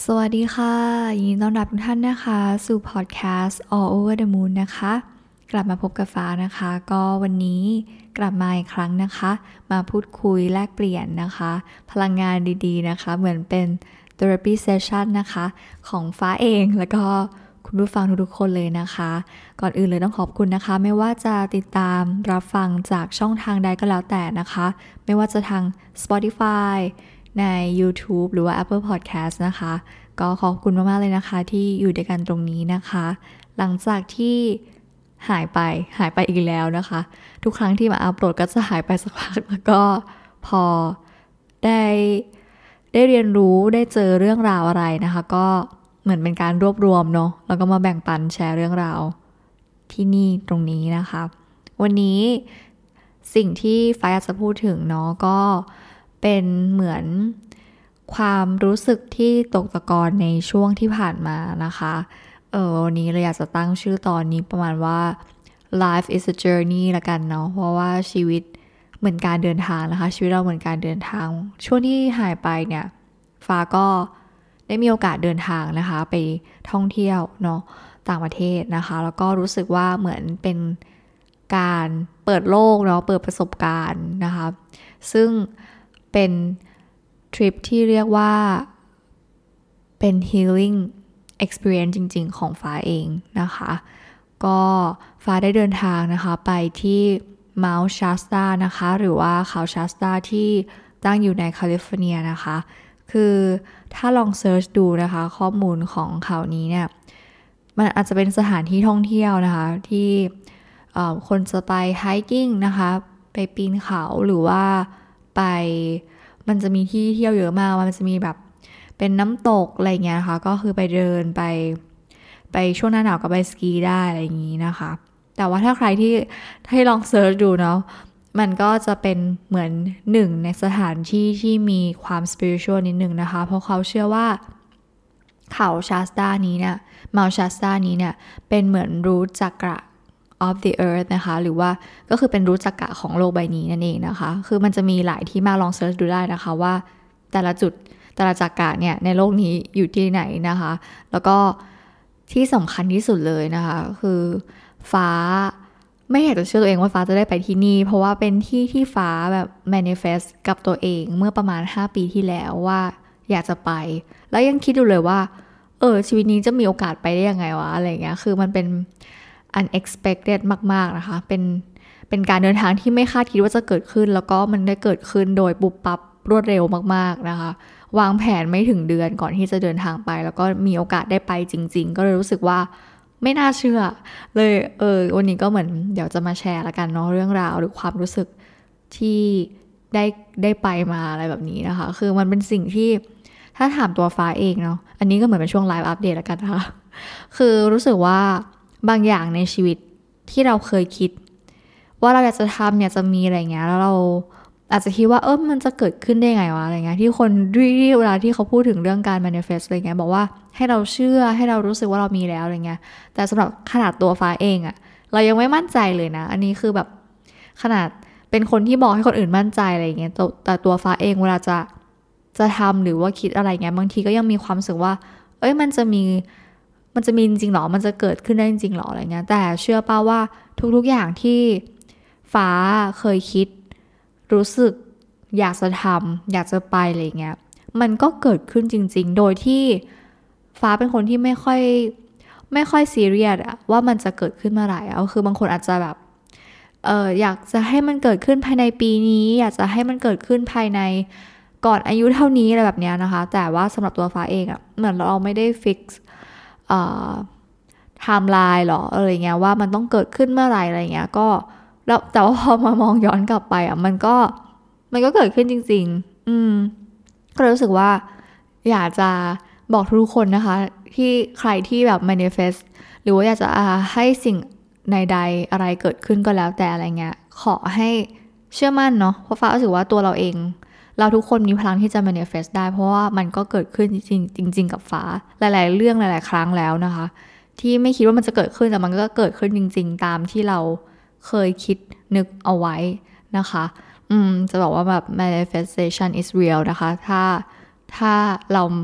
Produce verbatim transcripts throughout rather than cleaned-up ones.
สวัสดีค่ะยินดีต้อนรับทุกท่านนะคะสู่พอดแคสต์ All Over the Moon นะคะกลับมาพบกับฟ้านะคะก็วันนี้กลับมาอีกครั้งนะคะมาพูดคุยแลกเปลี่ยนนะคะพลังงานดีๆนะคะเหมือนเป็น therapy session นะคะของฟ้าเองแล้วก็คุณผู้ฟังทุกๆคนเลยนะคะก่อนอื่นเลยต้องขอบคุณนะคะไม่ว่าจะติดตามรับฟังจากช่องทางใดก็แล้วแต่นะคะไม่ว่าจะทาง Spotifyใน YouTube หรือว่า Apple Podcast นะคะก็ขอบคุณมากๆเลยนะคะที่อยู่ด้วยกันตรงนี้นะคะหลังจากที่หายไปหายไปอีกแล้วนะคะทุกครั้งที่มาอัปโหลดก็จะหายไปสักพักแล้วก็พอได้ได้เรียนรู้ได้เจอเรื่องราวอะไรนะคะก็เหมือนเป็นการรวบรวมเนาะแล้วก็มาแบ่งปันแชร์เรื่องราวที่นี่ตรงนี้นะคะวันนี้สิ่งที่ฟ้าอยากจะพูดถึงเนาะก็เป็นเหมือนความรู้สึกที่ตกตะกอนในช่วงที่ผ่านมานะคะเออวันนี้เลยอยากจะตั้งชื่อตอนนี้ประมาณว่า life is a journey ละกันเนาะเพราะว่าชีวิตเหมือนการเดินทางนะคะชีวิตเราเหมือนการเดินทางช่วงที่หายไปเนี่ยฟ้าก็ได้มีโอกาสเดินทางนะคะไปท่องเที่ยวเนาะต่างประเทศนะคะแล้วก็รู้สึกว่าเหมือนเป็นการเปิดโลกเนาะเปิดประสบการณ์นะคะซึ่งเป็นทริปที่เรียกว่าเป็น healing experience จริงๆของฟ้าเองนะคะก็ฟ้าได้เดินทางนะคะไปที่ Mount Shasta นะคะหรือว่าเขา Shasta ที่ตั้งอยู่ในแคลิฟอร์เนียนะคะคือถ้าลองเซิร์ชดูนะคะข้อมูลของเขานี้เนี่ยมันอาจจะเป็นสถานที่ท่องเที่ยวนะคะที่คนจะไปไฮกิ้งนะคะไปปีนเขาหรือว่าไปมันจะมีที่เที่ยวเยอะมากมันจะมีแบบเป็นน้ำตกอะไรเงี้ยนะคะก็คือไปเดินไปไปช่วงหน้าหนาวก็ไปสกีได้อะไรอย่างนี้นะคะแต่ว่าถ้าใครที่ให้ลองเซิร์ชดูเนาะมันก็จะเป็นเหมือนหนึ่งในสถานที่ที่มีความสปิริตชัวลนิดนึงนะคะเพราะเขาเชื่อว่าเขาชาสตานี้เนี่ยเมาชาสตานี้เนี่ยเป็นเหมือนรูทจักระof the earth นะคะหรือว่าก็คือเป็นรูทจักระของโลกใบนี้นั่นเองนะคะคือมันจะมีหลายที่มาลองเซิร์ชดูได้นะคะว่าแต่ละจุดแต่ละจักระเนี่ยในโลกนี้อยู่ที่ไหนนะคะแล้วก็ที่สำคัญที่สุดเลยนะคะคือฟ้าไม่อยากจะเชื่อตัวเองว่าฟ้าจะได้ไปที่นี่เพราะว่าเป็นที่ที่ฟ้าแบบ manifest กับตัวเองเมื่อประมาณห้าปีที่แล้วว่าอยากจะไปแล้วยังคิดอยู่เลยว่าเออชีวิตนี้จะมีโอกาสไปได้ยังไงวะอะไรเงี้ยคือมันเป็นunexpected มากๆนะคะเป็นเป็นการเดินทางที่ไม่คาดคิดว่าจะเกิดขึ้นแล้วก็มันได้เกิดขึ้นโดยปุบปับรวดเร็วมากๆนะคะวางแผนไม่ถึงเดือนก่อนที่จะเดินทางไปแล้วก็มีโอกาสได้ไปจริงๆก็เลยรู้สึกว่าไม่น่าเชื่อเลยเออวันนี้ก็เหมือนเดี๋ยวจะมาแชร์ละกันเนาะเรื่องราวหรือความรู้สึกที่ได้ได้ไปมาอะไรแบบนี้นะคะคือมันเป็นสิ่งที่ถ้าถามตัวฟ้าเองเนาะอันนี้ก็เหมือนเป็นช่วงไลฟ์อัปเดตละกันนะคะคือรู้สึกว่าบางอย่างในชีวิตที่เราเคยคิดว่าเราอยากจะทำเนี่ยจะมีอะไรเงี้ยแล้วเราอาจจะคิดว่าเออมันจะเกิดขึ้นได้ไงวะอะไรเงี้ยที่คนที่เวลาที่เขาพูดถึงเรื่องการ manifest อะไรเงี้ยบอกว่าให้เราเชื่อให้เรารู้สึกว่าเรามีแล้วอะไรเงี้ยแต่สำหรับขนาดตัวฟ้าเองอะเรายังไม่มั่นใจเลยนะอันนี้คือแบบขนาดเป็นคนที่บอกให้คนอื่นมั่นใจอะไรเงี้ยแต่ตัวฟ้าเองเวลาจะจะทำหรือว่าคิดอะไรเงี้ยบางทีก็ยังมีความรู้สึกว่าเอ้ยมันจะมีมันจะมีจริงหรอมันจะเกิดขึ้นได้จริงหรออะไรเงี้ยแต่เชื่อป่ะว่าทุกๆอย่างที่ฟ้าเคยคิดรู้สึกอยากจะทำอยากจะไปอะไรเงี้ยมันก็เกิดขึ้นจริงๆโดยที่ฟ้าเป็นคนที่ไม่ค่อยไม่ค่อยซีเรียสอะว่ามันจะเกิดขึ้นเมื่อไหร่อะคือบางคนอาจจะแบบเอออยากจะให้มันเกิดขึ้นภายในปีนี้อยากจะให้มันเกิดขึ้นภายในก่อนอายุเท่านี้อะไรแบบเนี้ยนะคะแต่ว่าสำหรับตัวฟ้าเองอะเหมือนเราไม่ได้ฟิกซ์ไทม์ไลน์หรออะไรเงี้ยว่ามันต้องเกิดขึ้นเมื่อไหร่อะไรเงี้ยก็แล้วแต่ว่าพอมามองย้อนกลับไปอ่ะมันก็มันก็เกิดขึ้นจริงๆอืมก็รู้สึกว่าอยากจะบอกทุกคนนะคะที่ใครที่แบบ manifest หรือว่าอยากจะให้สิ่งใดๆอะไรเกิดขึ้นก็แล้วแต่อะไรเงี้ยขอให้เชื่อมั่นเนาะเพราะฟ้ารู้สึกว่าตัวเราเองเราทุกคนมีพลังที่จะ manifest ได้เพราะว่ามันก็เกิดขึ้นจริงๆจริงๆกับฟ้าหลายๆเรื่องหลายๆครั้งแล้วนะคะที่ไม่คิดว่ามันจะเกิดขึ้นแต่มันก็เกิดขึ้นจริงๆตามที่เราเคยคิดนึกเอาไว้นะคะอืมจะบอกว่าแบบ manifestation is real นะคะถ้าถ้าเรา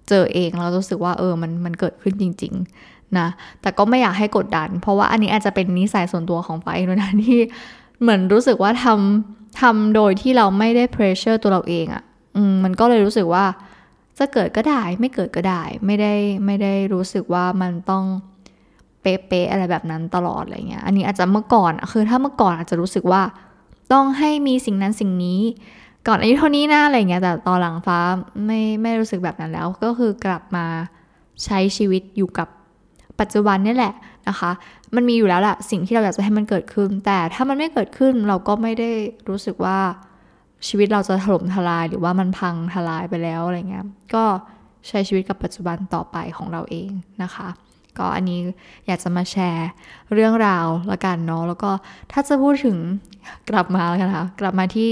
เจอเองเรารู้สึกว่าเออมันมันเกิดขึ้นจริงๆนะแต่ก็ไม่อยากให้กดดันเพราะว่าอันนี้อาจจะเป็นนิสัยส่วนตัวของฟ้าเองด้วยนะที่เหมือนรู้สึกว่าทำทำโดยที่เราไม่ได้ pressure ตัวเราเองอะ่ะอืมมันก็เลยรู้สึกว่าจะเกิดก็ได้ไม่เกิดก็ได้ไม่ได้ไม่ได้รู้สึกว่ามันต้องเป๊ะๆอะไรแบบนั้นตลอดอะไรเงี้ยอันนี้อาจจะเมื่อก่อนคือถ้าเมื่อก่อนอาจจะรู้สึกว่าต้องให้มีสิ่งนั้นสิ่งนี้ก่อนอายุเท่านี้นะอะไรเงี้ยแต่ตอนหลังฟ้าไม่ไม่รู้สึกแบบนั้นแล้วก็คือกลับมาใช้ชีวิตอยู่กับปัจจุบันนี่แหละนะคะมันมีอยู่แล้วแหละสิ่งที่เราอยากจะให้มันเกิดขึ้นแต่ถ้ามันไม่เกิดขึ้นเราก็ไม่ได้รู้สึกว่าชีวิตเราจะถล่มทลายหรือว่ามันพังทลายไปแล้วอะไรเงี้ยก็ใช้ชีวิตกับปัจจุบันต่อไปของเราเองนะคะก็อันนี้อยากจะมาแชร์เรื่องราวละกันเนาะแล้วก็ถ้าจะพูดถึงกลับมาแล้วกันค่ะกลับมาที่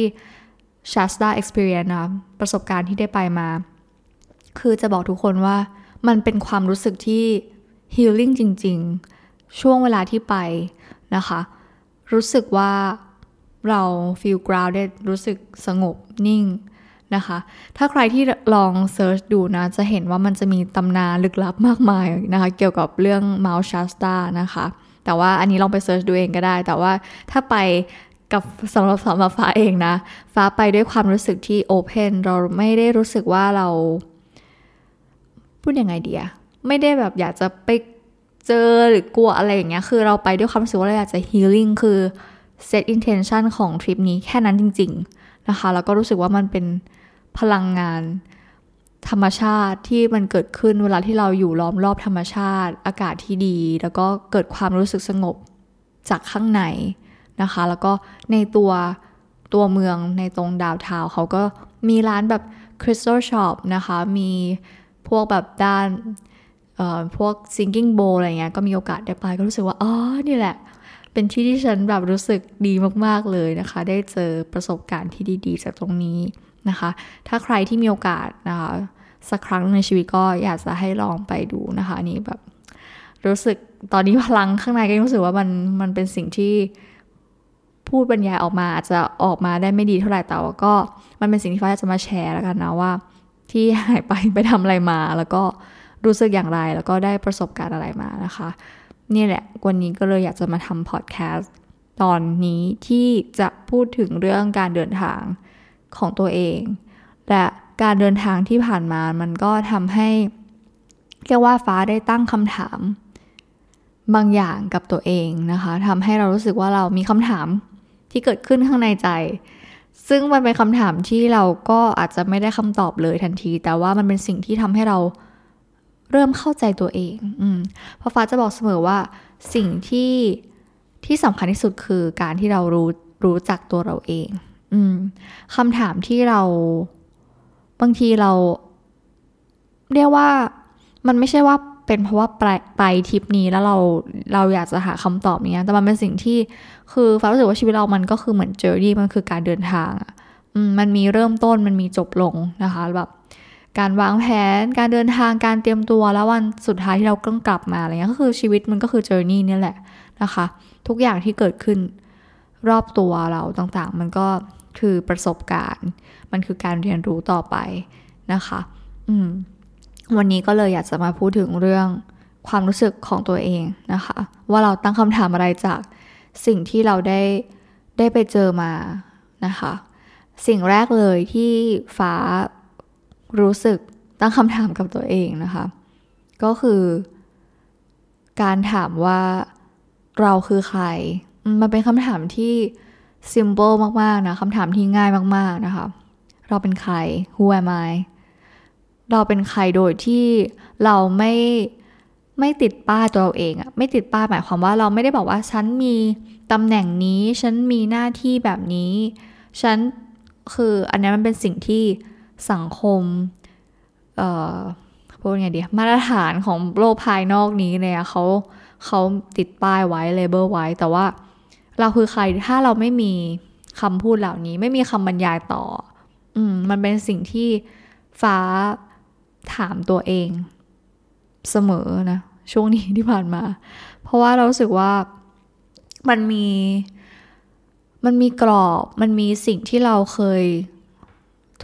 Shasta Experience นะประสบการณ์ที่ได้ไปมาคือจะบอกทุกคนว่ามันเป็นความรู้สึกที่ healing จริงๆช่วงเวลาที่ไปนะคะรู้สึกว่าเรา feel grounded รู้สึกสงบนิ่งนะคะถ้าใครที่ลองเซิร์ชดูนะจะเห็นว่ามันจะมีตำนานลึกลับมากมายนะคะเกี่ยวกับเรื่อง Mount Shasta นะคะแต่ว่าอันนี้ลองไปเซิร์ชดูเองก็ได้แต่ว่าถ้าไปกับสำหรับสำหรับฟ้าเองนะฟ้าไปด้วยความรู้สึกที่ open เราไม่ได้รู้สึกว่าเราพูดยังไงดีอะไม่ได้แบบอยากจะไปเจอหรือกลัวอะไรอย่างเงี้ยคือเราไปด้วยความรู้สึกว่าเราอยากจะ healing คือ set intention ของทริปนี้แค่นั้นจริงๆนะคะแล้วก็รู้สึกว่ามันเป็นพลังงานธรรมชาติที่มันเกิดขึ้นเวลาที่เราอยู่ล้อมรอบธรรมชาติอากาศที่ดีแล้วก็เกิดความรู้สึกสงบจากข้างในนะคะแล้วก็ในตัวตัวเมืองในตรงดาวน์ทาวน์เขาก็มีร้านแบบ Crystal Shop นะคะมีพวกแบบด้านเอ่อพวก singing bowl อะไรเงี้ยก็มีโอกาสได้ไปก็รู้สึกว่าอ๋อนี่แหละเป็นที่ที่ฉันแบบรู้สึกดีมากๆเลยนะคะได้เจอประสบการณ์ที่ดีๆจากตรงนี้นะคะถ้าใครที่มีโอกาสนะคะสักครั้งในชีวิตก็อยากจะให้ลองไปดูนะคะนี่แบบรู้สึกตอนนี้พลังข้างในก็รู้สึกว่ามันมันเป็นสิ่งที่พูดบรรยายออกมาอาจจะออกมาได้ไม่ดีเท่าไหร่แต่ว่าก็มันเป็นสิ่งที่ฟ้าอยากจะมาแชร์แล้วกันนะว่าที่หายไปไปทำอะไรมาแล้วก็รู้สึกอย่างไรแล้วก็ได้ประสบการณ์อะไรมานะคะนี่แหละวันนี้ก็เลยอยากจะมาทำพอดแคสต์ตอนนี้ที่จะพูดถึงเรื่องการเดินทางของตัวเองและการเดินทางที่ผ่านมามันก็ทำให้เรียกว่าฟ้าได้ตั้งคำถามบางอย่างกับตัวเองนะคะทำให้เรารู้สึกว่าเรามีคำถามที่เกิดขึ้นข้างในใจซึ่งมันเป็นคำถามที่เราก็อาจจะไม่ได้คำตอบเลยทันทีแต่ว่ามันเป็นสิ่งที่ทำให้เราเริ่มเข้าใจตัวเองอืมเพราะฟ้าจะบอกเสมอว่าสิ่งที่ที่สำคัญที่สุดคือการที่เรารู้รู้จักตัวเราเองอืมคำถามที่เราบางทีเราเรียกว่ามันไม่ใช่ว่าเป็นเพราะว่าไปไปทริปนี้แล้วเราเราอยากจะหาคำตอบเนี้ยแต่มันเป็นสิ่งที่คือฟ้ารู้สึกว่าชีวิตเรามันก็คือเหมือนเจอร์นี่มันคือการเดินทางอ่ะอืมมันมีเริ่มต้นมันมีจบลงนะคะแบบการวางแผนการเดินทางการเตรียมตัวแล้ววันสุดท้ายที่เราต้องกลับมาอะไรเงี้ยก็คือชีวิตมันก็คือเจอร์นี่นี่แหละนะคะทุกอย่างที่เกิดขึ้นรอบตัวเราต่างๆมันก็คือประสบการณ์มันคือการเรียนรู้ต่อไปนะคะอืมวันนี้ก็เลยอยากจะมาพูดถึงเรื่องความรู้สึกของตัวเองนะคะว่าเราตั้งคำถามอะไรจากสิ่งที่เราได้ได้ไปเจอมานะคะสิ่งแรกเลยที่ฟ้ารู้สึกตั้งคำถามกับตัวเองนะคะก็คือการถามว่าเราคือใครมันเป็นคำถามที่ simple มากๆนะคำถามที่ง่ายมากๆนะคะเราเป็นใคร Who am I เราเป็นใครโดยที่เราไม่ไม่ติดป้ายตัวเราเองอะไม่ติดป้ายหมายความว่าเราไม่ได้บอกว่าฉันมีตำแหน่งนี้ฉันมีหน้าที่แบบนี้ฉันคืออันนี้มันเป็นสิ่งที่สังคมเอ่อพูดไงดีมาตรฐานของโลกภายนอกนี้เนี่ยเขาเขาติดป้ายไว้เลเบลไว้แต่ว่าเราคือใครถ้าเราไม่มีคำพูดเหล่านี้ไม่มีคำบรรยายต่ออืมมันเป็นสิ่งที่ฟ้าถามตัวเองเสมอนะช่วงนี้ที่ผ่านมาเพราะว่าเรารู้สึกว่ามันมีมันมีกรอบมันมีสิ่งที่เราเคย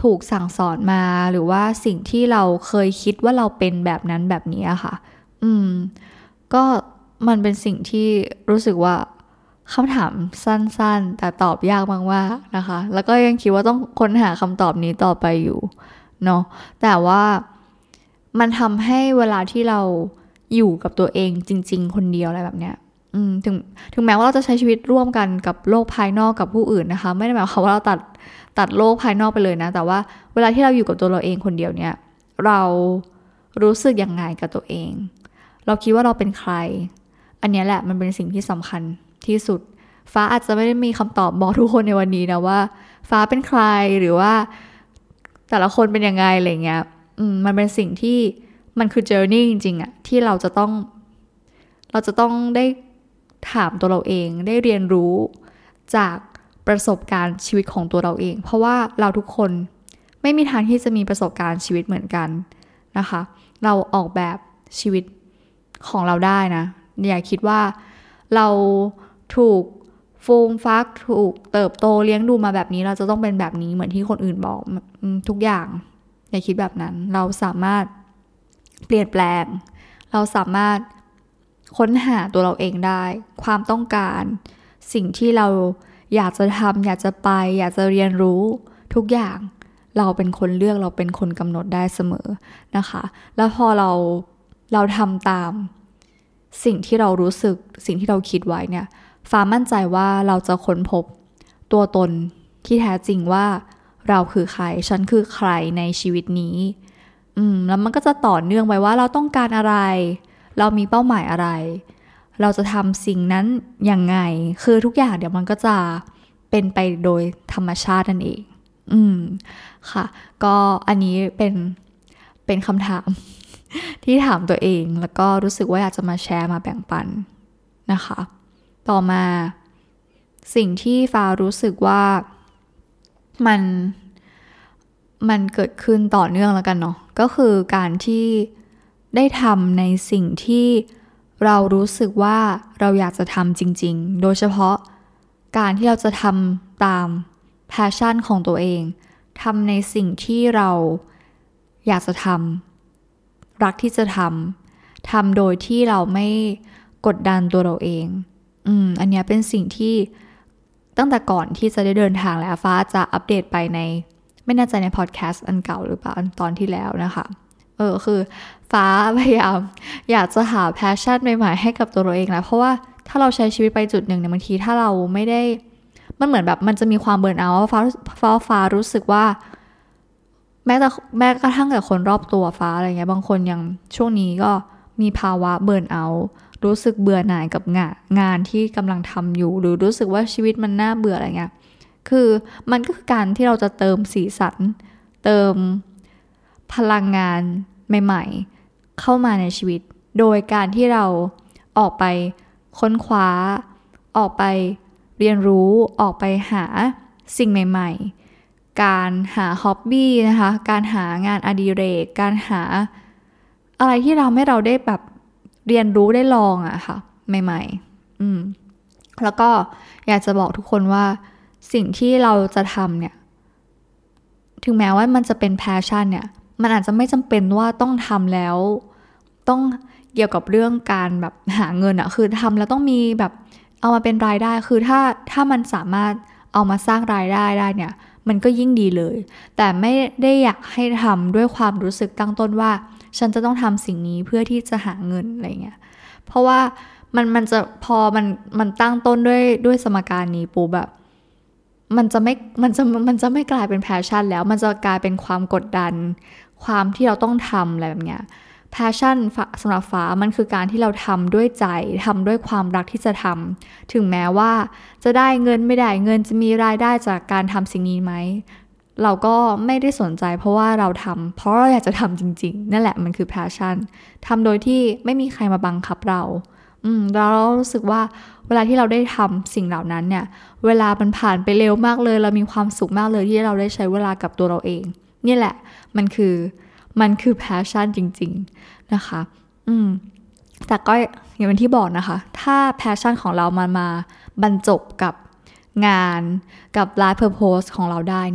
ถูกสั่งสอนมาหรือว่าสิ่งที่เราเคยคิดว่าเราเป็นแบบนั้นแบบนี้อะค่ะอืมก็มันเป็นสิ่งที่รู้สึกว่าคำถามสั้นๆแต่ตอบยากมากๆนะคะแล้วก็ยังคิดว่าต้องค้นหาคำตอบนี้ต่อไปอยู่เนาะแต่ว่ามันทำให้เวลาที่เราอยู่กับตัวเองจริงๆคนเดียวอะไรแบบเนี้ยอืมถึงถึงแม้ว่าเราจะใช้ชีวิตร่วมกันกับโลกภายนอกกับผู้อื่นนะคะไม่ได้หมายความว่าเราตัดตัดโลกภายนอกไปเลยนะแต่ว่าเวลาที่เราอยู่กับตัวเราเองคนเดียวเนี่ยเรารู้สึกยังไงกับตัวเองเราคิดว่าเราเป็นใครอันนี้แหละมันเป็นสิ่งที่สำคัญที่สุดฟ้าอาจจะไม่ได้มีคำตอบบอกทุกคนในวันนี้นะว่าฟ้าเป็นใครหรือว่าแต่ละคนเป็นยังไงอะไรเงี้ยอืมมันเป็นสิ่งที่มันคือ journey จริงๆอะที่เราจะต้องเราจะต้องได้ถามตัวเราเองได้เรียนรู้จากประสบการณ์ชีวิตของตัวเราเองเพราะว่าเราทุกคนไม่มีทางที่จะมีประสบการณ์ชีวิตเหมือนกันนะคะเราออกแบบชีวิตของเราได้นะอย่าคิดว่าเราถูกฟูมฟักถูกเติบโตเลี้ยงดูมาแบบนี้เราจะต้องเป็นแบบนี้เหมือนที่คนอื่นบอกทุกอย่างอย่าคิดแบบนั้นเราสามารถเปลี่ยนแปลงเราสามารถค้นหาตัวเราเองได้ความต้องการสิ่งที่เราอยากจะทำอยากจะไปอยากจะเรียนรู้ทุกอย่างเราเป็นคนเลือกเราเป็นคนกำหนดได้เสมอนะคะแล้วพอเราเราทำตามสิ่งที่เรารู้สึกสิ่งที่เราคิดไว้เนี่ยฟ้ามั่นใจว่าเราจะค้นพบตัวตนที่แท้จริงว่าเราคือใครฉันคือใครในชีวิตนี้อืมแล้วมันก็จะต่อเนื่องไปว่าเราต้องการอะไรเรามีเป้าหมายอะไรเราจะทำสิ่งนั้นยังไงคือทุกอย่างเดี๋ยวมันก็จะเป็นไปโดยธรรมชาตินั่นเองอืมค่ะก็อันนี้เป็นเป็นคำถามที่ถามตัวเองแล้วก็รู้สึกว่าอยากจะมาแชร์มาแบ่งปันนะคะต่อมาสิ่งที่ฟ้ารู้สึกว่ามันมันเกิดขึ้นต่อเนื่องแล้วกันเนาะก็คือการที่ได้ทำในสิ่งที่เรารู้สึกว่าเราอยากจะทำจริงๆโดยเฉพาะการที่เราจะทำตามแพชชั่นของตัวเองทำในสิ่งที่เราอยากจะทำรักที่จะทำทำโดยที่เราไม่กดดันตัวเราเองอืมอันนี้เป็นสิ่งที่ตั้งแต่ก่อนที่จะได้เดินทางแล้วฟ้าจะอัปเดตไปในไม่แน่ใจในพอดแคสต์อันเก่าหรือเปล่าอันตอนที่แล้วนะคะเออคือฟ้าพยายามอยากจะหาแพชชั่นใหม่ๆให้กับตัวเราเองแล้วเพราะว่าถ้าเราใช้ชีวิตไปจุดหนึ่งเนี่ยบางทีถ้าเราไม่ได้มันเหมือนแบบมันจะมีความเบิร์นเอาท์ฟ้าฟ้าฟ้ารู้สึกว่าแม้แต่แม้กระทั่งกับคนรอบตัวฟ้าอะไรเงี้ยบางคนยังช่วงนี้ก็มีภาวะเบิร์นเอาท์รู้สึกเบื่อหน่ายกับงานงานที่กำลังทำอยู่หรือรู้สึกว่าชีวิตมันน่าเบื่ออะไรเงี้ยคือมันก็คือการที่เราจะเติมสีสันเติมพลังงานใหม่ๆเข้ามาในชีวิตโดยการที่เราออกไปค้นคว้าออกไปเรียนรู้ออกไปหาสิ่งใหม่ๆการหาฮ็อบบี้นะคะการหางานอดิเรกการหาอะไรที่เราให้เราได้แบบเรียนรู้ได้ลองอะค่ะใหม่ๆอืมแล้วก็อยากจะบอกทุกคนว่าสิ่งที่เราจะทำเนี่ยถึงแม้ว่ามันจะเป็นแพชชั่นเนี่ยมันอาจจะไม่จำเป็นว่าต้องทำแล้วต้องเกี่ยวกับเรื่องการแบบหาเงินอะคือทำแล้วต้องมีแบบเอามาเป็นรายได้คือถ้าถ้ามันสามารถเอามาสร้างรายได้ได้เนี่ยมันก็ยิ่งดีเลยแต่ไม่ได้อยากให้ทำด้วยความรู้สึกตั้งต้นว่าฉันจะต้องทำสิ่งนี้เพื่อที่จะหาเงินอะไรเงี้ยเพราะว่ามันมันจะพอมันมันตั้งต้นด้วยด้วยสมการนี้ปูแบบมันจะไม่มันจะมันจะไม่กลายเป็นแพชชั่นแล้วมันจะกลายเป็นความกดดันความที่เราต้องทำอะไรแบบเนี้ยแพชชั่นสำหรับฟ้ามันคือการที่เราทำด้วยใจทำด้วยความรักที่จะทำถึงแม้ว่าจะได้เงินไม่ได้เงินจะมีรายได้จากการทำสิ่งนี้ไหมเราก็ไม่ได้สนใจเพราะว่าเราทำเพราะเราอยากจะทำจริงๆนั่นแหละมันคือแพชชั่นทำโดยที่ไม่มีใครมาบังคับเราอืมเรารู้สึกว่าเวลาที่เราได้ทำสิ่งเหล่านั้นเนี่ยเวลามันผ่านไปเร็วมากเลยเรามีความสุขมากเลยที่เราได้ใช้เวลากับตัวเราเองนี่แหละมันคือมันคือแพชชั่นจริงๆนะคะอืมแต่ก็อย่างที่บอกนะคะถ้าแพชชั่นของเรามันมาบรรจบกับงานกับไลฟ์เพอร์โพสของเราได้เนี่ย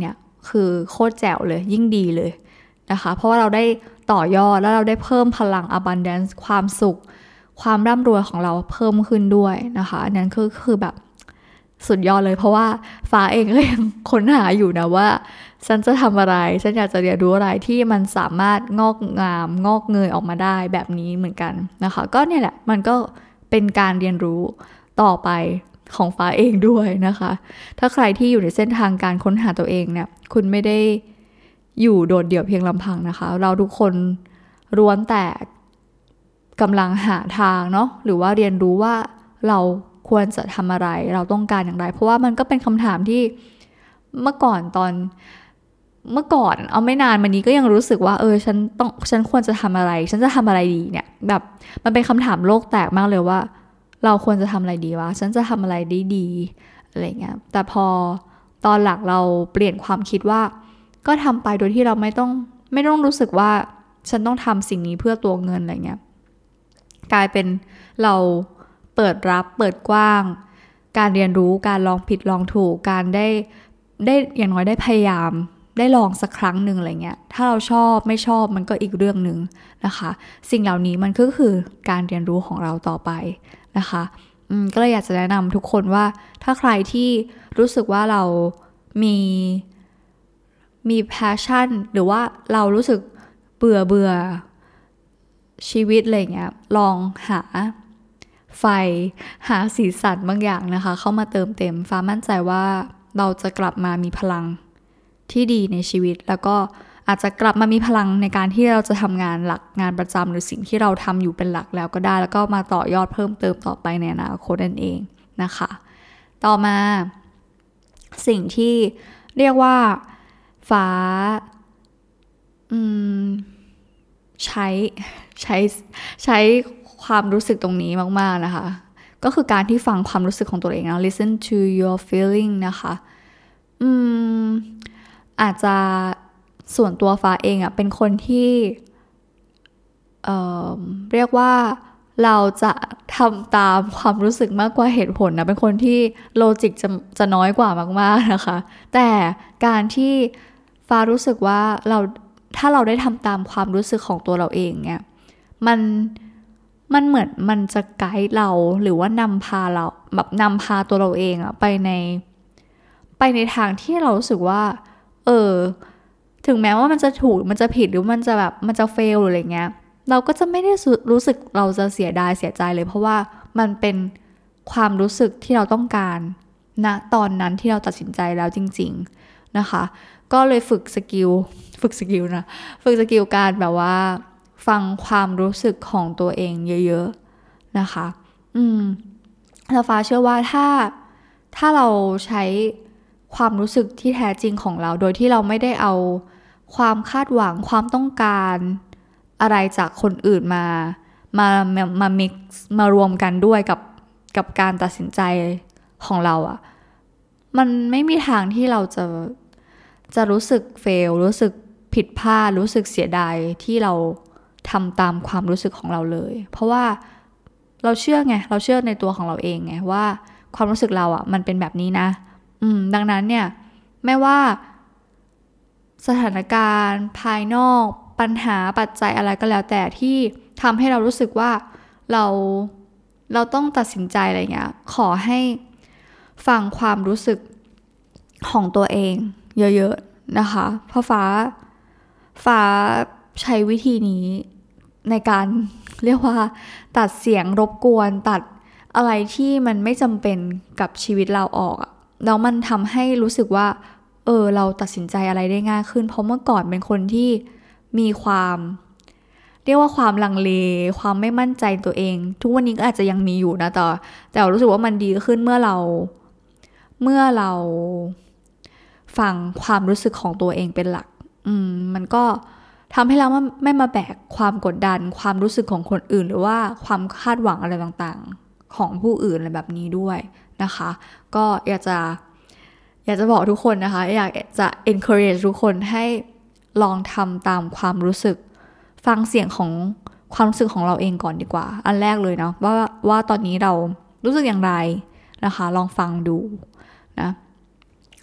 คือโคตรแจ๋วเลยยิ่งดีเลยนะคะเพราะว่าเราได้ต่อยอดแล้วเราได้เพิ่มพลัง abundance ความสุขความร่ำรวยของเราเพิ่มขึ้นด้วยนะคะอันนั้นคือคือแบบสุดยอดเลยเพราะว่าฟ้าเองก็ยังค้นหาอยู่นะว่าฉันจะทำอะไรฉันอยากจะเรียนรู้อะไรที่มันสามารถงอกงามงอกเงยออกมาได้แบบนี้เหมือนกันนะคะก็เนี่ยแหละมันก็เป็นการเรียนรู้ต่อไปของฟ้าเองด้วยนะคะถ้าใครที่อยู่ในเส้นทางการค้นหาตัวเองเนี่ยคุณไม่ได้อยู่โดดเดี่ยวเพียงลำพังนะคะเราทุกคนล้วนแต่กำลังหาทางเนาะหรือว่าเรียนรู้ว่าเราควรจะทำอะไรเราต้องการอย่างไรเพราะว่ามันก็เป็นคำถามที่เมื่อก่อนตอนเมื่อก่อนเอาไม่นานมานี้ก็ยังรู้สึกว่าเออฉันต้องฉันควรจะทำอะไรฉันจะทำอะไรดีเนี่ยแบบมันเป็นคำถามโลกแตกมากเลยว่าเราควรจะทำอะไรดีวะฉันจะทำอะไรได้ดีอะไรเงี้ยแต่พอตอนหลังเราเปลี่ยนความคิดว่าก็ทำไปโดยที่เราไม่ต้องไม่ต้องรู้สึกว่าฉันต้องทำสิ่งนี้เพื่อตัวเงินอะไรเงี้ยกลายเป็นเราเปิดรับเปิดกว้างการเรียนรู้การลองผิดลองถูกการได้ได้อย่างน้อยได้พยายามได้ลองสักครั้งหนึ่งอะไรเงี้ยถ้าเราชอบไม่ชอบมันก็อีกเรื่องหนึ่งนะคะสิ่งเหล่านี้มันก็คือการเรียนรู้ของเราต่อไปนะคะอืมก็เลยอยากจะแนะนำทุกคนว่าถ้าใครที่รู้สึกว่าเรามีมี passion หรือว่าเรารู้สึกเบื่อเบื่อชีวิตอะไรเงี้ยลองหาไฟหาสีสันบางอย่างนะคะเข้ามาเติมเต็มฟ้ามั่นใจว่าเราจะกลับมามีพลังที่ดีในชีวิตแล้วก็อาจจะกลับมามีพลังในการที่เราจะทำงานหลักงานประจำหรือสิ่งที่เราทำอยู่เป็นหลักแล้วก็ได้แล้วก็มาต่อยอดเพิ่มเติมต่อไปในอนาคตนั่นเองนะคะต่อมาสิ่งที่เรียกว่าฟ้าอืมใช้ใช้ใช้ความรู้สึกตรงนี้มากๆนะคะก็คือการที่ฟังความรู้สึกของตัวเองนะ listen to your feeling นะคะอืมอาจจะส่วนตัวฟ้าเองอ่ะเป็นคนที่เอ่อเรียกว่าเราจะทำตามความรู้สึกมากกว่าเหตุผลนะเป็นคนที่โลจิกจะจะน้อยกว่ามากๆนะคะแต่การที่ฟ้ารู้สึกว่าเราถ้าเราได้ทำตามความรู้สึกของตัวเราเองเนี่ยมันมันเหมือนมันจะไกด์เราหรือว่านำพาเราแบบนำพาตัวเราเองอะไปในไปในทางที่เรารู้สึกว่าเออถึงแม้ว่ามันจะถูกมันจะผิดหรือมันจะแบบมันจะเฟลหรืออะไรเงี้ยเราก็จะไม่ได้รู้สึกเราจะเสียดายเสียใจเลยเพราะว่ามันเป็นความรู้สึกที่เราต้องการณตอนนั้นที่เราตัดสินใจแล้วจริงๆนะคะก็เลยฝึกสกิลฝึกสกิลนะฝึกสกิลการแบบว่าฟังความรู้สึกของตัวเองเยอะๆนะคะอืมแล้วฟ้าเชื่อว่าถ้าถ้าเราใช้ความรู้สึกที่แท้จริงของเราโดยที่เราไม่ได้เอาความคาดหวังความต้องการอะไรจากคนอื่นมามามา mix มารวมกันด้วยกับกับการตัดสินใจของเราอะมันไม่มีทางที่เราจะจะรู้สึกเฟลรู้สึกผิดพลาดรู้สึกเสียดายที่เราทำตามความรู้สึกของเราเลยเพราะว่าเราเชื่อไงเราเชื่อในตัวของเราเองไงว่าความรู้สึกเราอ่ะมันเป็นแบบนี้นะอืมดังนั้นเนี่ยไม่ว่าสถานการณ์ภายนอกปัญหาปัจจัยอะไรก็แล้วแต่ที่ทำให้เรารู้สึกว่าเราเราต้องตัดสินใจอะไรเงี้ยขอให้ฟังความรู้สึกของตัวเองเยอะๆนะคะเพราะฟ้าฟ้าใช้วิธีนี้ในการเรียกว่าตัดเสียงรบกวนตัดอะไรที่มันไม่จำเป็นกับชีวิตเราออกแล้วมันทำให้รู้สึกว่าเออเราตัดสินใจอะไรได้ง่ายขึ้นเพราะเมื่อก่อนเป็นคนที่มีความเรียกว่าความลังเลความไม่มั่นใจตัวเองทุกวันนี้ก็อาจจะยังมีอยู่นะแต่แต่รู้สึกว่ามันดีขึ้นเมื่อเราเมื่อเราฟังความรู้สึกของตัวเองเป็นหลักอืมมันก็ทำให้เราไม่มาแบกความกดดันความรู้สึกของคนอื่นหรือว่าความคาดหวังอะไรต่างๆของผู้อื่นอะไรแบบนี้ด้วยนะคะก็อยากจะอยากจะบอกทุกคนนะคะอยากจะ encourage ทุกคนให้ลองทำตามความรู้สึกฟังเสียงของความรู้สึกของเราเองก่อนดีกว่าอันแรกเลยเนาะว่าว่าตอนนี้เรารู้สึกอย่างไรนะคะลองฟังดูนะ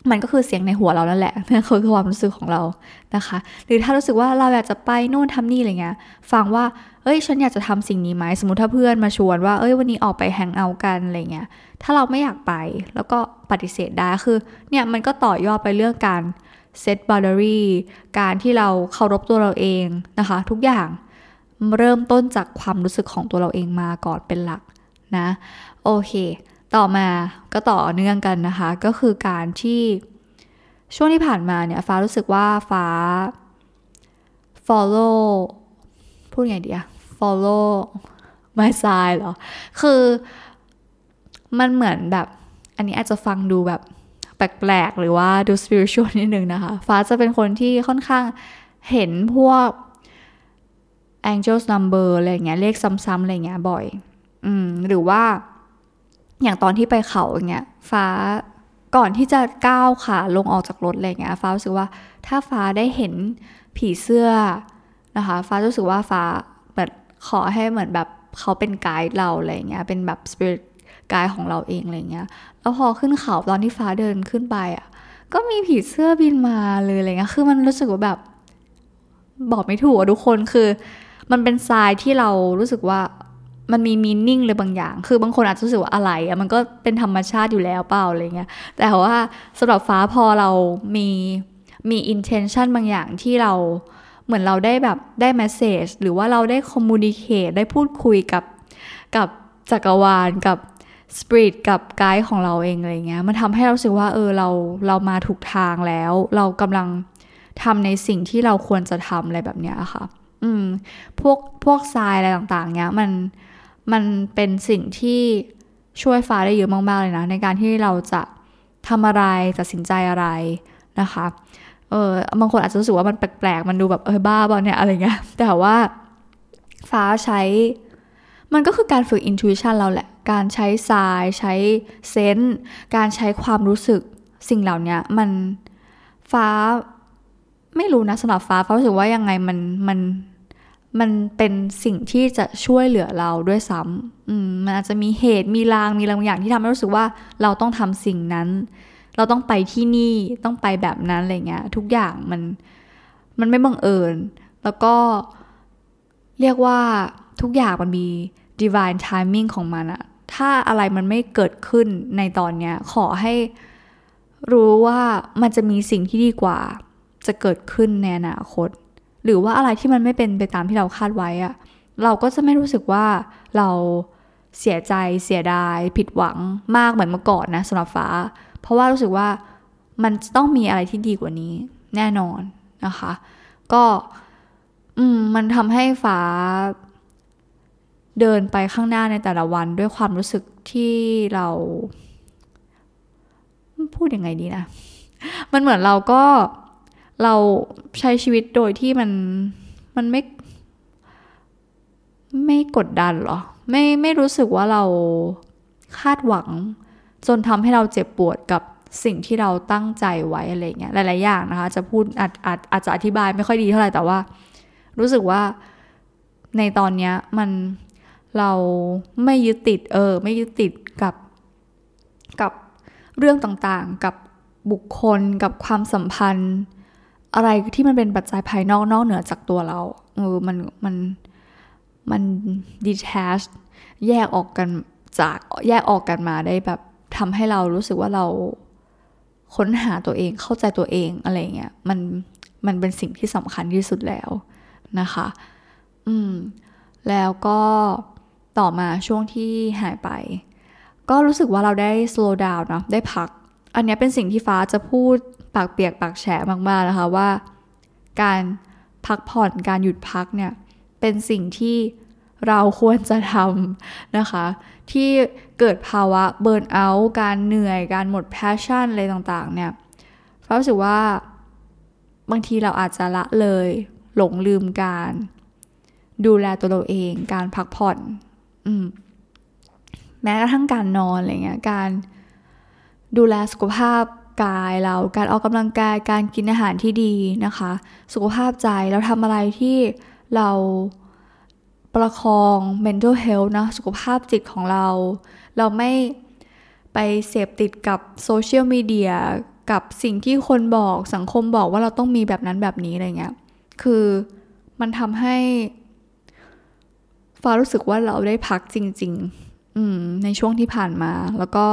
มันก็คือเสียงในหัวเรานั่นแหละนั่นคือความรู้สึกของเรานะคะหรือถ้ารู้สึกว่าเราอยากจะไปโน่นทำนี่อะไรเงี้ยฟังว่าเอ้ยฉันอยากจะทำสิ่งนี้ไหมสมมติถ้าเพื่อนมาชวนว่าเอ้ยวันนี้ออกไปแฮงเอาท์กันอะไรเงี้ยถ้าเราไม่อยากไปแล้วก็ปฏิเสธได้คือเนี่ยมันก็ต่อยอดไปเรื่องการ set boundary การที่เราเคารพตัวเราเองนะคะทุกอย่างเริ่มต้นจากความรู้สึกของตัวเราเองมาก่อนเป็นหลักนะโอเคต่อมาก็ต่อเนื่องกันนะคะก็คือการที่ช่วงที่ผ่านมาเนี่ยฟ้ารู้สึกว่าฟ้า follow พูดไงดีอะ follow my side เหรอคือมันเหมือนแบบอันนี้อาจจะฟังดูแบบแปลกๆหรือว่าดู spiritual นิดนึงนะคะฟ้าจะเป็นคนที่ค่อนข้างเห็นพวก angels number อะไรเงี้ยเลขซ้ำๆอะไรเงี้ยบ่อยอืมหรือว่าอย่างตอนที่ไปเขาอย่างเงี้ยฟ้าก่อนที่จะก้าวขาลงออกจากรถอะไรเงี้ยฟ้ารู้สึกว่าถ้าฟ้าได้เห็นผีเสื้อนะคะฟ้ารู้สึกว่าฟ้าแบบขอให้เหมือนแบบเขาเป็นไกด์เราอะไรเงี้ยเป็นแบบ spirit ไกด์ของเราเองอะไรเงี้ยแล้วพอขึ้นเขาตอนที่ฟ้าเดินขึ้นไปอ่ะก็มีผีเสื้อบินมาเลยอะไรเงี้ยคือมันรู้สึกว่าแบบบอกไม่ถูกอ่ะทุกคนคือมันเป็นทรายที่เรารู้สึกว่ามันมีมีนิ่งเลยบางอย่างคือบางคนอาจจะรู้สึกว่าอะไรอ่ะมันก็เป็นธรรมชาติอยู่แล้วเปล่าอะไรเงี้ยแต่ว่าสำหรับฟ้าพอเรามีมี intention บางอย่างที่เราเหมือนเราได้แบบได้ message หรือว่าเราได้ communicate ได้พูดคุยกับกับจักรวาลกับ spirit กับไกด์ของเราเองอะไรเงี้ยมันทำให้เรารู้สึกว่าเออเราเรามาถูกทางแล้วเรากำลังทำในสิ่งที่เราควรจะทำอะไรแบบเนี้ยค่ะอืมพวกพวกทรายอะไรต่างๆเนี้ยมันมันเป็นสิ่งที่ช่วยฟ้าได้เยอะมากๆเลยนะในการที่เราจะทำอะไรตัดสินใจอะไรนะคะเออบางคนอาจจะรู้สึกว่ามันแปลกๆมันดูแบบเออบ้าบ้าเนี่ยอะไรเงี้ยแต่ว่าฟ้าใช้มันก็คือการฝึก intuition เราแหละการใช้ทรายใช้เซนส์การใช้ความรู้สึกสิ่งเหล่านี้มันฟ้าไม่รู้นะสำหรับฟ้าฟ้ารู้สึกว่ายังไงมันมันมันเป็นสิ่งที่จะช่วยเหลือเราด้วยซ้ำอืมมันอาจจะมีเหตุมีลางมีอะไรบางอย่างที่ทำให้รู้สึกว่าเราต้องทำสิ่งนั้นเราต้องไปที่นี่ต้องไปแบบนั้นอะไรเงี้ยทุกอย่างมันมันไม่บังเอิญแล้วก็เรียกว่าทุกอย่างมันมี divine timing ของมันอะถ้าอะไรมันไม่เกิดขึ้นในตอนเนี้ยขอให้รู้ว่ามันจะมีสิ่งที่ดีกว่าจะเกิดขึ้นในอนาคตหรือว่าอะไรที่มันไม่เป็นไปตามที่เราคาดไว้อะเราก็จะไม่รู้สึกว่าเราเสียใจเสียดายผิดหวังมากเหมือนเมื่อก่อนนะสำหรับฟ้าเพราะว่ารู้สึกว่ามันต้องมีอะไรที่ดีกว่านี้แน่นอนนะคะก็อืมมันทำให้ฟ้าเดินไปข้างหน้าในแต่ละวันด้วยความรู้สึกที่เราพูดยังไงดีนะมันเหมือนเราก็เราใช้ชีวิตโดยที่มันมันไม่ไม่กดดันหรอไม่ไม่รู้สึกว่าเราคาดหวังจนทำให้เราเจ็บปวดกับสิ่งที่เราตั้งใจไว้อะไรเงี้ยหลายๆอย่างนะคะจะพูดอาจอาจอาจจะอธิบายไม่ค่อยดีเท่าไหร่แต่ว่ารู้สึกว่าในตอนนี้มันเราไม่ยึดติดเออไม่ยึดติดกับกับเรื่องต่างๆกับบุคคลกับความสัมพันธ์อะไรที่มันเป็นปัจจัยภายนอกนอกเหนือจากตัวเราเออมันมันมัน detach แยกออกกันจากแยกออกกันมาได้แบบทำให้เรารู้สึกว่าเราค้นหาตัวเองเข้าใจตัวเองอะไรเงี้ยมันมันเป็นสิ่งที่สำคัญที่สุดแล้วนะคะอืมแล้วก็ต่อมาช่วงที่หายไปก็รู้สึกว่าเราได้ slow down เนาะได้พักอันนี้เป็นสิ่งที่ฟ้าจะพูดปากเปียกปากแฉะมากๆนะคะว่าการพักผ่อนการหยุดพักเนี่ยเป็นสิ่งที่เราควรจะทำนะคะที่เกิดภาวะเบิร์นเอาท์การเหนื่อยการหมดแพชชั่นอะไรต่างๆเนี่ยฟ้ารู้สึกว่าบางทีเราอาจจะละเลยหลงลืมการดูแลตัวเราเองการพักผ่อนอืมแม้กระทั่งการนอนอะไรเงี้ยการดูแลสุขภาพกายเราการออกกำลังกายการกินอาหารที่ดีนะคะสุขภาพใจเราทำอะไรที่เราประคอง mental health นะสุขภาพจิตของเราเราไม่ไปเสพติดกับโซเชียลมีเดียกับสิ่งที่คนบอกสังคมบอกว่าเราต้องมีแบบนั้นแบบนี้อะไรเงี้ยคือมันทำให้ฟ้ารู้สึกว่าเราได้พักจริงๆอืมในช่วงที่ผ่านมาแล้วก็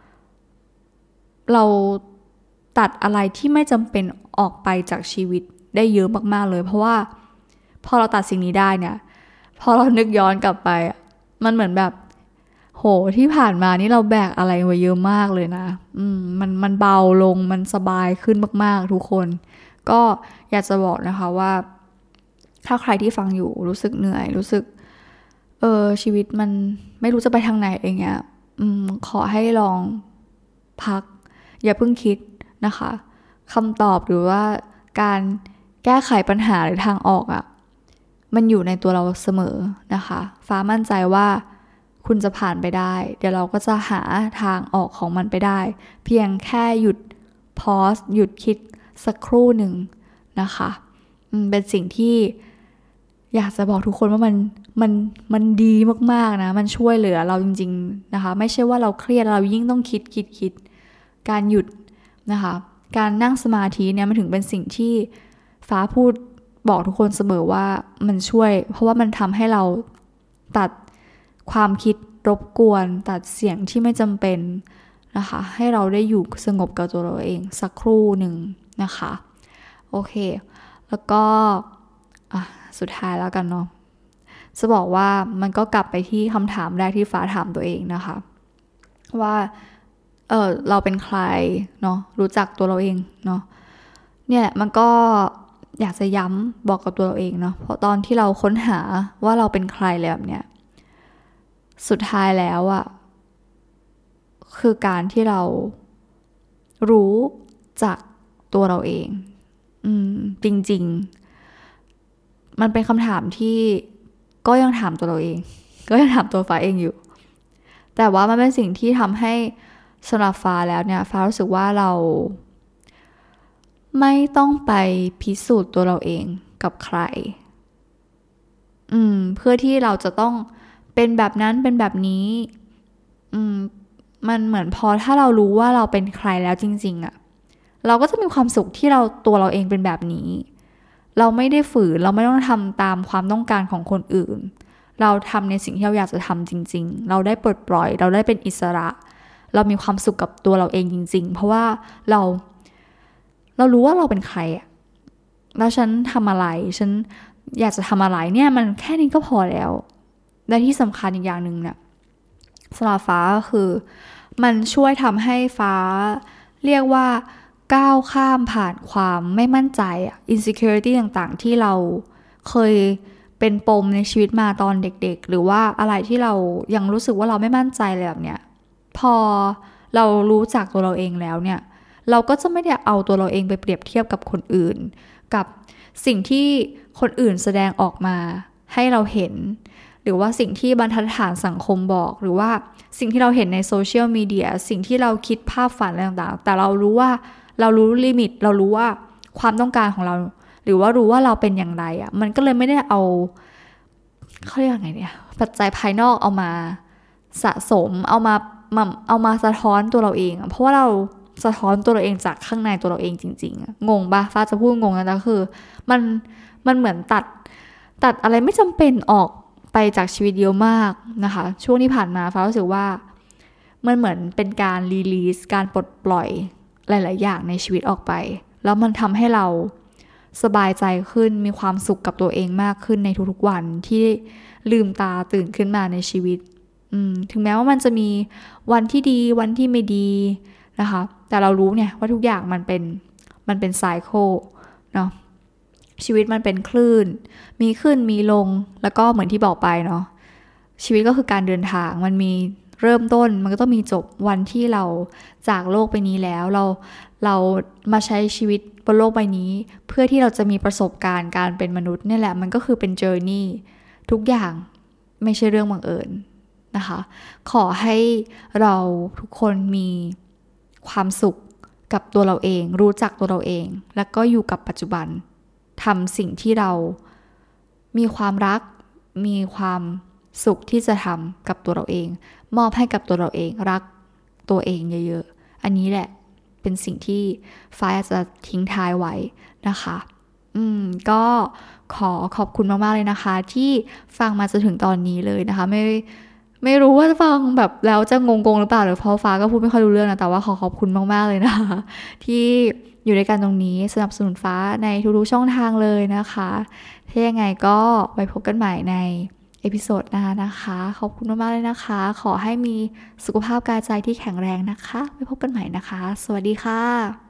เราตัดอะไรที่ไม่จำเป็นออกไปจากชีวิตได้เยอะมากๆเลยเพราะว่าพอเราตัดสิ่งนี้ได้เนี่ยพอเรานึกย้อนกลับไปมันเหมือนแบบโหที่ผ่านมานี่เราแบกอะไรไว้เยอะมากเลยนะอืมมันมันเบาลงมันสบายขึ้นมากๆทุกคนก็อยากจะบอกนะคะว่าถ้าใครที่ฟังอยู่รู้สึกเหนื่อยรู้สึกเออชีวิตมันไม่รู้จะไปทางไหนเองอ่ะอืมขอให้ลองพักอย่าเพิ่งคิดนะคะคำตอบหรือว่าการแก้ไขปัญหาหรือทางออกอ่ะมันอยู่ในตัวเราเสมอนะคะฟ้ามั่นใจว่าคุณจะผ่านไปได้เดี๋ยวเราก็จะหาทางออกของมันไปได้เพียงแค่หยุดพอสหยุดคิดสักครู่หนึ่งนะคะเป็นสิ่งที่อยากจะบอกทุกคนว่ามันมันมันดีมากๆนะมันช่วยเหลือเราจริงๆนะคะไม่ใช่ว่าเราเครียดเรายิ่งต้องคิดคิดคิดการหยุดนะคะการนั่งสมาธิเนี่ยมันถึงเป็นสิ่งที่ฟ้าพูดบอกทุกคนเสมอว่ามันช่วยเพราะว่ามันทำให้เราตัดความคิดรบกวนตัดเสียงที่ไม่จำเป็นนะคะให้เราได้อยู่สงบกับตัวเราเองสักครู่หนึ่งนะคะโอเคแล้วก็อ่ะสุดท้ายแล้วกันเนาะจะบอกว่ามันก็กลับไปที่คำถามแรกที่ฟ้าถามตัวเองนะคะว่าเออเราเป็นใครเนาะรู้จักตัวเราเองเนาะเนี่ยมันก็อยากจะย้ำบอกกับตัวเราเองเนาะเพราะตอนที่เราค้นหาว่าเราเป็นใครเลยแบบเนี้ยสุดท้ายแล้วอะคือการที่เรารู้จักตัวเราเองอืมจริงๆมันเป็นคำถามที่ก็ยังถามตัวเราเองก็ยังถามตัวฟ้าเองอยู่แต่ว่ามันเป็นสิ่งที่ทำให้สำหรับฟ้าแล้วเนี่ยฟ้ารู้สึกว่าเราไม่ต้องไปพิสูจน์ตัวเราเองกับใครอืมเพื่อที่เราจะต้องเป็นแบบนั้นเป็นแบบนี้อืมมันเหมือนพอถ้าเรารู้ว่าเราเป็นใครแล้วจริงๆอะเราก็จะมีความสุขที่เราตัวเราเองเป็นแบบนี้เราไม่ได้ฝืนเราไม่ต้องทำตามความต้องการของคนอื่นเราทำในสิ่งที่เราอยากจะทำจริงๆเราได้ปลดปล่อยเราได้เป็นอิสระเรามีความสุขกับตัวเราเองจริงๆเพราะว่าเราเรารู้ว่าเราเป็นใครอะแล้วฉันทำอะไรฉันอยากจะทำอะไรเนี่ยมันแค่นี้ก็พอแล้วและที่สำคัญอีกอย่างหนึ่งเนี่ยสำหรับฟ้าก็คือมันช่วยทำให้ฟ้าเรียกว่าก้าวข้ามผ่านความไม่มั่นใจอะ insecurity ต่างๆที่เราเคยเป็นปมในชีวิตมาตอนเด็กๆหรือว่าอะไรที่เรายังรู้สึกว่าเราไม่มั่นใจเลยแบบเนี้ยพอเรารู้จักตัวเราเองแล้วเนี่ยเราก็จะไม่ได้เอาตัวเราเองไปเปรียบเทียบกับคนอื่นกับสิ่งที่คนอื่นแสดงออกมาให้เราเห็นหรือว่าสิ่งที่บรรทัดฐานสังคมบอกหรือว่าสิ่งที่เราเห็นในโซเชียลมีเดียสิ่งที่เราคิดภาพฝันอะไรต่างๆแต่เรารู้ว่าเรารู้ลิมิตเรารู้ว่าความต้องการของเราหรือว่ารู้ว่าเราเป็นอย่างไรอ่ะมันก็เลยไม่ได้เอาเขาเรียกยังไงเนี่ยปัจจัยภายนอกเอามาสะสมเอามาเอามาสะท้อนตัวเราเองเพราะว่าเราสะท้อนตัวเราเองจากข้างในตัวเราเองจริงๆงงปะฟ้าจะพูดงงนะแต่คือมันมันเหมือนตัดตัดอะไรไม่จำเป็นออกไปจากชีวิตเยอะมากนะคะช่วงที่ผ่านมาฟ้ารู้สึกว่ามันเหมือนเป็นการรีลีสการปลดปล่อยหลายๆอย่างในชีวิตออกไปแล้วมันทำให้เราสบายใจขึ้นมีความสุขกับตัวเองมากขึ้นในทุกๆวันที่ลืมตาตื่นขึ้นมาในชีวิตถึงแม้ว่ามันจะมีวันที่ดีวันที่ไม่ดีนะคะแต่เรารู้เนี่ยว่าทุกอย่างมันเป็นมันเป็นไซเคิลเนาะชีวิตมันเป็นคลื่นมีขึ้นมีลงแล้วก็เหมือนที่บอกไปเนาะชีวิตก็คือการเดินทางมันมีเริ่มต้นมันก็ต้องมีจบวันที่เราจากโลกใบนี้แล้วเราเรามาใช้ชีวิตบนโลกใบนี้เพื่อที่เราจะมีประสบการณ์การเป็นมนุษย์นี่แหละมันก็คือเป็นเจอร์นี่ทุกอย่างไม่ใช่เรื่องบังเอิญนะคะขอให้เราทุกคนมีความสุขกับตัวเราเองรู้จักตัวเราเองแล้วก็อยู่กับปัจจุบันทำสิ่งที่เรามีความรักมีความสุขที่จะทำกับตัวเราเองมอบให้กับตัวเราเองรักตัวเองเยอะๆอันนี้แหละเป็นสิ่งที่ฟ้าอยากจะทิ้งท้ายไว้นะคะอืมก็ขอขอบคุณมากๆเลยนะคะที่ฟังมาจนถึงตอนนี้เลยนะคะไม่ไม่รู้ว่าจะฟังแบบแล้วจะงงๆหรือเปล่าหรือเพราะฟ้าก็พูดไม่ค่อยรู้เรื่องนะแต่ว่าขอขอบคุณมากๆเลยนะคะที่อยู่ด้วยกันตรงนี้สนับสนุนฟ้าในทุกๆช่องทางเลยนะคะถ้ายังไงก็ไว้พบกันใหม่ในเอพิโซดหน้านะคะขอบคุณมากๆเลยนะคะขอให้มีสุขภาพกายใจที่แข็งแรงนะคะไว้พบกันใหม่นะคะสวัสดีค่ะ